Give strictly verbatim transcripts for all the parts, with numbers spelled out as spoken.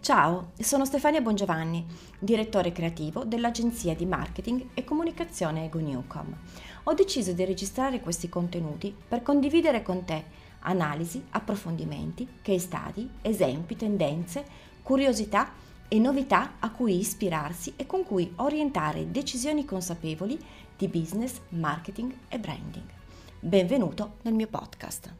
Ciao, sono Stefania Bongiovanni, direttore creativo dell'agenzia di marketing e comunicazione EgoNewcom. Ho deciso di registrare questi contenuti per condividere con te analisi, approfondimenti, case study, esempi, tendenze, curiosità e novità a cui ispirarsi e con cui orientare decisioni consapevoli di business, marketing e branding. Benvenuto nel mio podcast.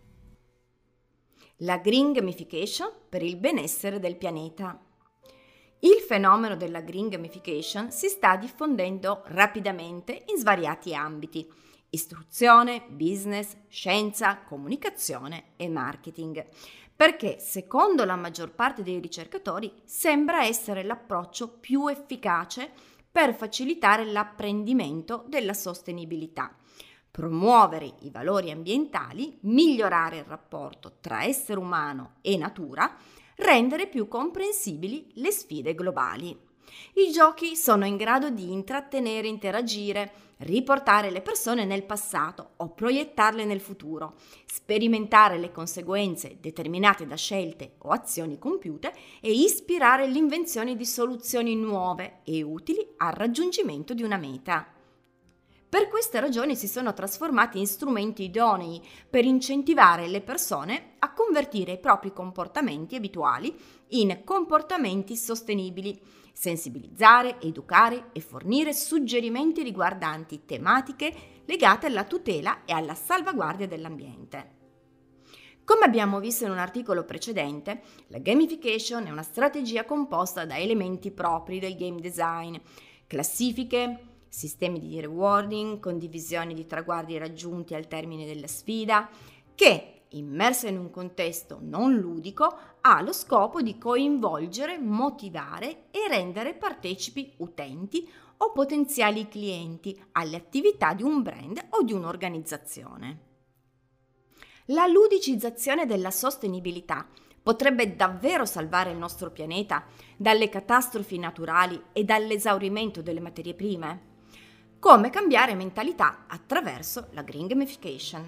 La green gamification per il benessere del pianeta. Il fenomeno della green gamification si sta diffondendo rapidamente in svariati ambiti: istruzione, business, scienza, comunicazione e marketing, perché secondo la maggior parte dei ricercatori sembra essere l'approccio più efficace per facilitare l'apprendimento della sostenibilità, promuovere i valori ambientali, migliorare il rapporto tra essere umano e natura, rendere più comprensibili le sfide globali. I giochi sono in grado di intrattenere, interagire, riportare le persone nel passato o proiettarle nel futuro, sperimentare le conseguenze determinate da scelte o azioni compiute e ispirare l'invenzione di soluzioni nuove e utili al raggiungimento di una meta. Per queste ragioni si sono trasformati in strumenti idonei per incentivare le persone a convertire i propri comportamenti abituali in comportamenti sostenibili, sensibilizzare, educare e fornire suggerimenti riguardanti tematiche legate alla tutela e alla salvaguardia dell'ambiente. Come abbiamo visto in un articolo precedente, la gamification è una strategia composta da elementi propri del game design, classifiche, sistemi di rewarding, condivisioni di traguardi raggiunti al termine della sfida, che, immersa in un contesto non ludico, ha lo scopo di coinvolgere, motivare e rendere partecipi utenti o potenziali clienti alle attività di un brand o di un'organizzazione. La ludicizzazione della sostenibilità potrebbe davvero salvare il nostro pianeta dalle catastrofi naturali e dall'esaurimento delle materie prime? Come cambiare mentalità attraverso la green gamification.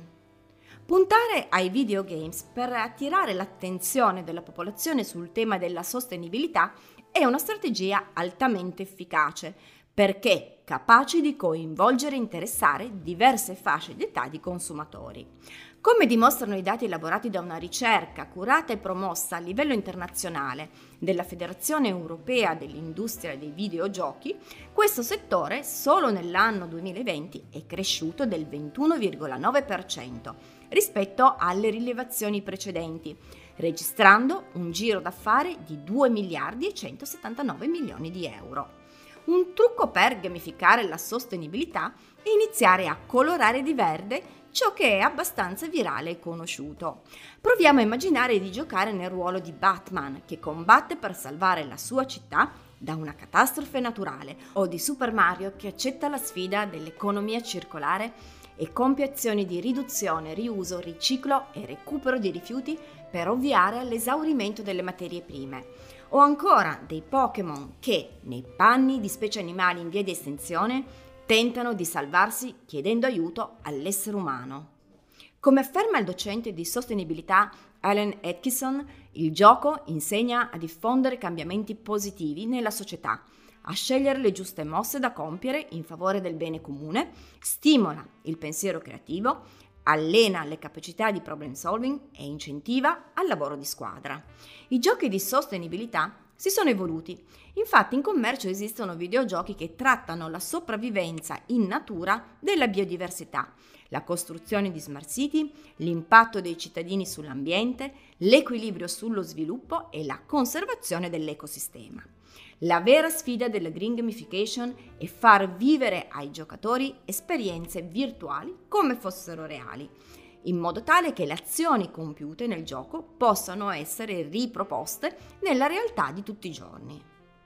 Puntare ai videogames per attirare l'attenzione della popolazione sul tema della sostenibilità è una strategia altamente efficace, perché capace di coinvolgere e interessare diverse fasce di età di consumatori. Come dimostrano i dati elaborati da una ricerca curata e promossa a livello internazionale della Federazione Europea dell'Industria dei Videogiochi, questo settore solo nell'anno duemilaventi è cresciuto del ventuno virgola nove per cento rispetto alle rilevazioni precedenti, registrando un giro d'affari di due miliardi e centosettantanove milioni di euro. Un trucco per gamificare la sostenibilità è iniziare a colorare di verde ciò che è abbastanza virale e conosciuto. Proviamo a immaginare di giocare nel ruolo di Batman, che combatte per salvare la sua città da una catastrofe naturale, o di Super Mario, che accetta la sfida dell'economia circolare e compie azioni di riduzione, riuso, riciclo e recupero di rifiuti per ovviare all'esaurimento delle materie prime. O ancora dei Pokémon che, nei panni di specie animali in via di estinzione, tentano di salvarsi chiedendo aiuto all'essere umano. Come afferma il docente di sostenibilità Alan Atkinson, il gioco insegna a diffondere cambiamenti positivi nella società, a scegliere le giuste mosse da compiere in favore del bene comune, stimola il pensiero creativo, allena le capacità di problem solving e incentiva al lavoro di squadra. I giochi di sostenibilità si sono evoluti. Infatti in commercio esistono videogiochi che trattano la sopravvivenza in natura della biodiversità, la costruzione di smart city, l'impatto dei cittadini sull'ambiente, l'equilibrio sullo sviluppo e la conservazione dell'ecosistema. La vera sfida della green gamification è far vivere ai giocatori esperienze virtuali come fossero reali, in modo tale che le azioni compiute nel gioco possano essere riproposte nella realtà di tutti i giorni.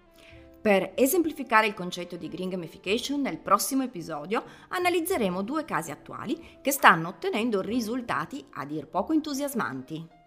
Per esemplificare il concetto di green gamification, nel prossimo episodio analizzeremo due casi attuali che stanno ottenendo risultati a dir poco entusiasmanti.